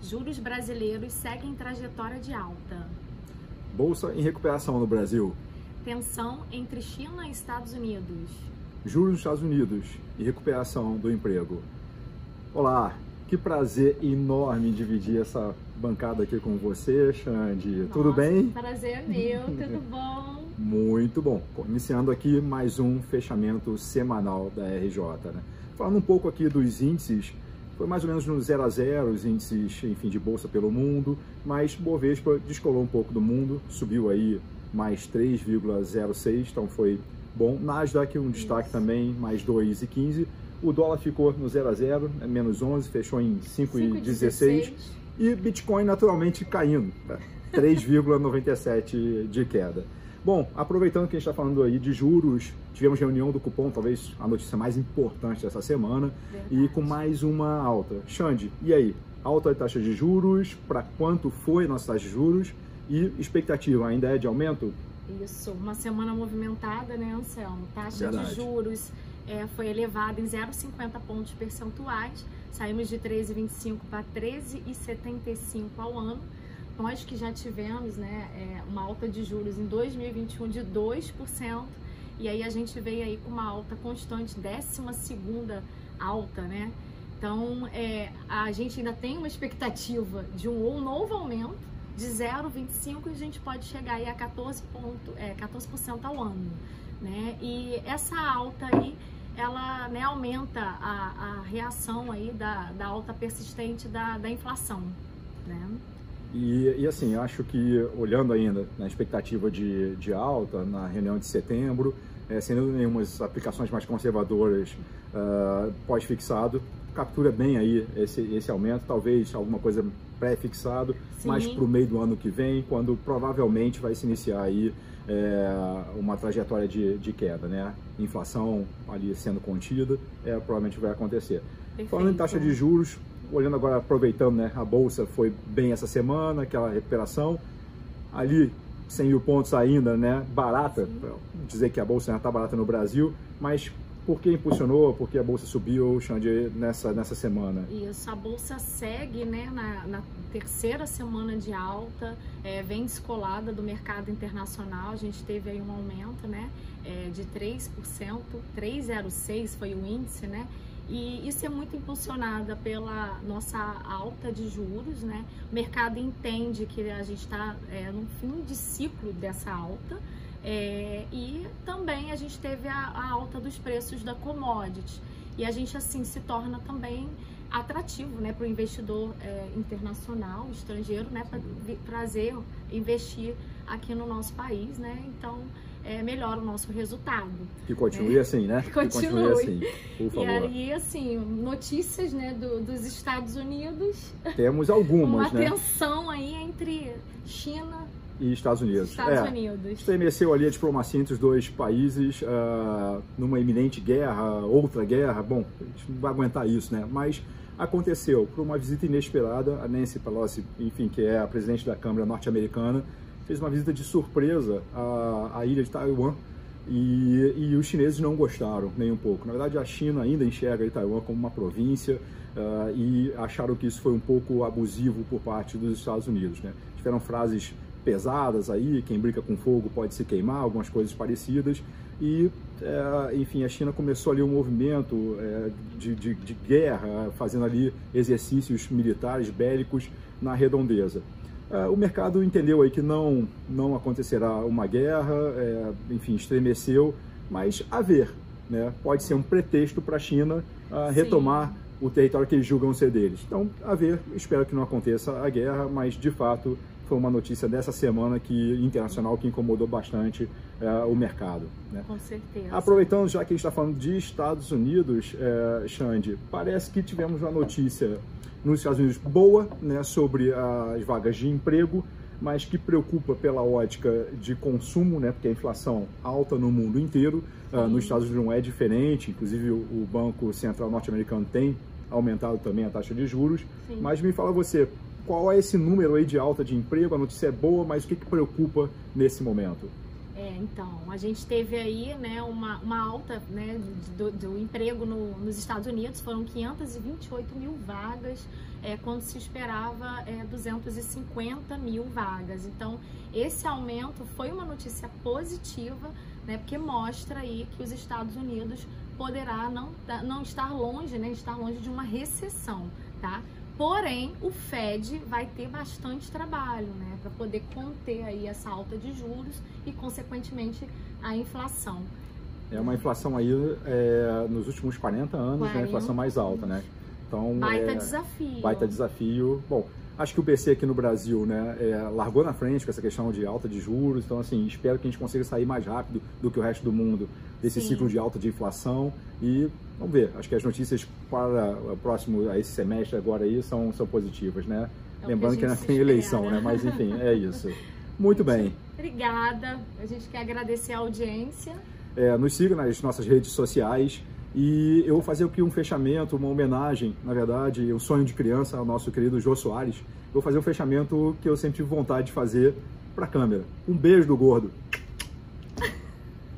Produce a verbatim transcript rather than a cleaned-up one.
Juros brasileiros seguem trajetória de alta. Bolsa em recuperação no Brasil. Tensão entre China e Estados Unidos. Juros nos Estados Unidos e recuperação do emprego. Olá, que prazer enorme dividir essa bancada aqui com você, Xande. Nossa, tudo bem? Prazer é meu, tudo bom? Muito bom. Iniciando aqui mais um fechamento semanal da R J, né? Falando um pouco aqui dos índices, foi mais ou menos no zero a zero, os índices, enfim, de bolsa pelo mundo, mas Bovespa descolou um pouco do mundo, subiu aí mais três vírgula zero seis, então foi bom. Nasdaq, um destaque Isso. também, mais dois vírgula quinze. O dólar ficou no zero a zero, é menos onze, fechou em cinco vírgula dezesseis. E Bitcoin naturalmente caindo, né? três vírgula noventa e sete de queda. Bom, aproveitando que a gente está falando aí de juros, tivemos reunião do cupom, talvez a notícia mais importante dessa semana, Verdade. E com mais uma alta. Xande, e aí? Alta de taxa de juros, para quanto foi a nossa taxa de juros e expectativa ainda é de aumento? Isso, uma semana movimentada, né, Anselmo? Taxa Verdade. de juros é, foi elevada em zero vírgula cinquenta pontos percentuais, saímos de treze vírgula vinte e cinco para treze vírgula setenta e cinco ao ano. Nós que já tivemos, né, é, uma alta de juros em dois mil e vinte e um de dois por cento, e aí a gente veio aí com uma alta constante, décima segunda alta, né? Então, é, a gente ainda tem uma expectativa de um, um novo aumento de zero vírgula vinte e cinco e a gente pode chegar aí a quatorze por cento ao ano, né? E essa alta aí, ela, né, aumenta a, a reação aí da, da alta persistente da, da inflação, né? E, e assim, acho que olhando ainda na expectativa de, de alta, na reunião de setembro, é, sem nenhuma aplicações mais conservadoras uh, pós-fixado, captura bem aí esse, esse aumento, talvez alguma coisa pré-fixado, mas para o meio do ano que vem, quando provavelmente vai se iniciar aí é, uma trajetória de, de queda, né? Inflação ali sendo contida, é, provavelmente vai acontecer. Perfeito. Falando em taxa de juros, olhando agora, aproveitando, né, a Bolsa foi bem essa semana, aquela recuperação, ali cem mil pontos ainda, né, barata, dizer que a Bolsa está barata no Brasil, mas por que impulsionou, por que a Bolsa subiu, Xande, nessa, nessa semana? Isso, a Bolsa segue, né, na, na terceira semana de alta, é, vem descolada do mercado internacional, a gente teve aí um aumento, né, é, de três por cento, três vírgula zero seis foi o índice, né, e isso é muito impulsionada pela nossa alta de juros, né? O mercado entende que a gente está é, no fim de ciclo dessa alta, é, e também a gente teve a, a alta dos preços da commodity, e a gente assim se torna também atrativo, né, para o investidor é, internacional, estrangeiro, né, para trazer, investir aqui no nosso país, né? Então é, melhora o nosso resultado. Que continue é. assim, né? Que continue. Que continue assim, por favor. E aí, assim, notícias, né, do, dos Estados Unidos. Temos algumas, uma né? Uma tensão aí entre China e Estados Unidos. Estados é, Unidos. Estremeceu ali a diplomacia entre os dois países, uh, numa iminente guerra, outra guerra. Bom, a gente não vai aguentar isso, né? Mas aconteceu por uma visita inesperada. A Nancy Pelosi, enfim, que é a presidente da Câmara norte-americana, fez uma visita de surpresa à, à ilha de Taiwan, e, e os chineses não gostaram nem um pouco. Na verdade, a China ainda enxerga Taiwan como uma província, uh, e acharam que isso foi um pouco abusivo por parte dos Estados Unidos, né? Tiveram frases pesadas aí, quem brinca com fogo pode se queimar, algumas coisas parecidas, e é, enfim, a China começou ali um movimento é, de, de, de guerra, fazendo ali exercícios militares, bélicos na redondeza. É, o mercado entendeu aí que não, não acontecerá uma guerra, é, enfim, estremeceu, mas a ver, né? Pode ser um pretexto para a China a retomar Sim. o território que eles julgam ser deles. Então, a ver, espero que não aconteça a guerra, mas de fato foi uma notícia dessa semana que, internacional que incomodou bastante é, o mercado, né? Com certeza. Aproveitando, já que a gente está falando de Estados Unidos, é, Xande, parece que tivemos uma notícia nos Estados Unidos boa, né, sobre as vagas de emprego, mas que preocupa pela ótica de consumo, né, porque a inflação alta no mundo inteiro, uh, nos Estados Unidos não é diferente, inclusive o, o Banco Central norte-americano tem aumentado também a taxa de juros. Sim. Mas me fala você, qual é esse número aí de alta de emprego? A notícia é boa, mas o que, que preocupa nesse momento? É, então, a gente teve aí, né, uma, uma alta, né, do, do emprego no, nos Estados Unidos, foram quinhentas e vinte e oito mil vagas, é, quando se esperava é, duzentas e cinquenta mil vagas. Então, esse aumento foi uma notícia positiva, né, porque mostra aí que os Estados Unidos poderá não, não estar longe, né, estar longe de uma recessão, tá? Porém, o Fed vai ter bastante trabalho, né, para poder conter aí essa alta de juros e, consequentemente, a inflação. É uma inflação aí é, nos últimos quarenta anos, quarenta, né, a inflação mais alta, né? Então, baita é, desafio. Baita desafio. Bom, acho que o B C aqui no Brasil, né, é, largou na frente com essa questão de alta de juros. Então, assim, espero que a gente consiga sair mais rápido do que o resto do mundo desse Sim. ciclo de alta de inflação. E vamos ver, acho que as notícias para o próximo, esse semestre agora aí são, são positivas, né? É Lembrando que, que ainda tem eleição, né? Mas enfim, é isso. Muito bem. Obrigada. A gente quer agradecer a audiência. É, nos siga nas nossas redes sociais. E eu vou fazer aqui um fechamento, uma homenagem, na verdade, um sonho de criança ao nosso querido Jô Soares. Vou fazer um fechamento que eu sempre tive vontade de fazer para a câmera. Um beijo do gordo.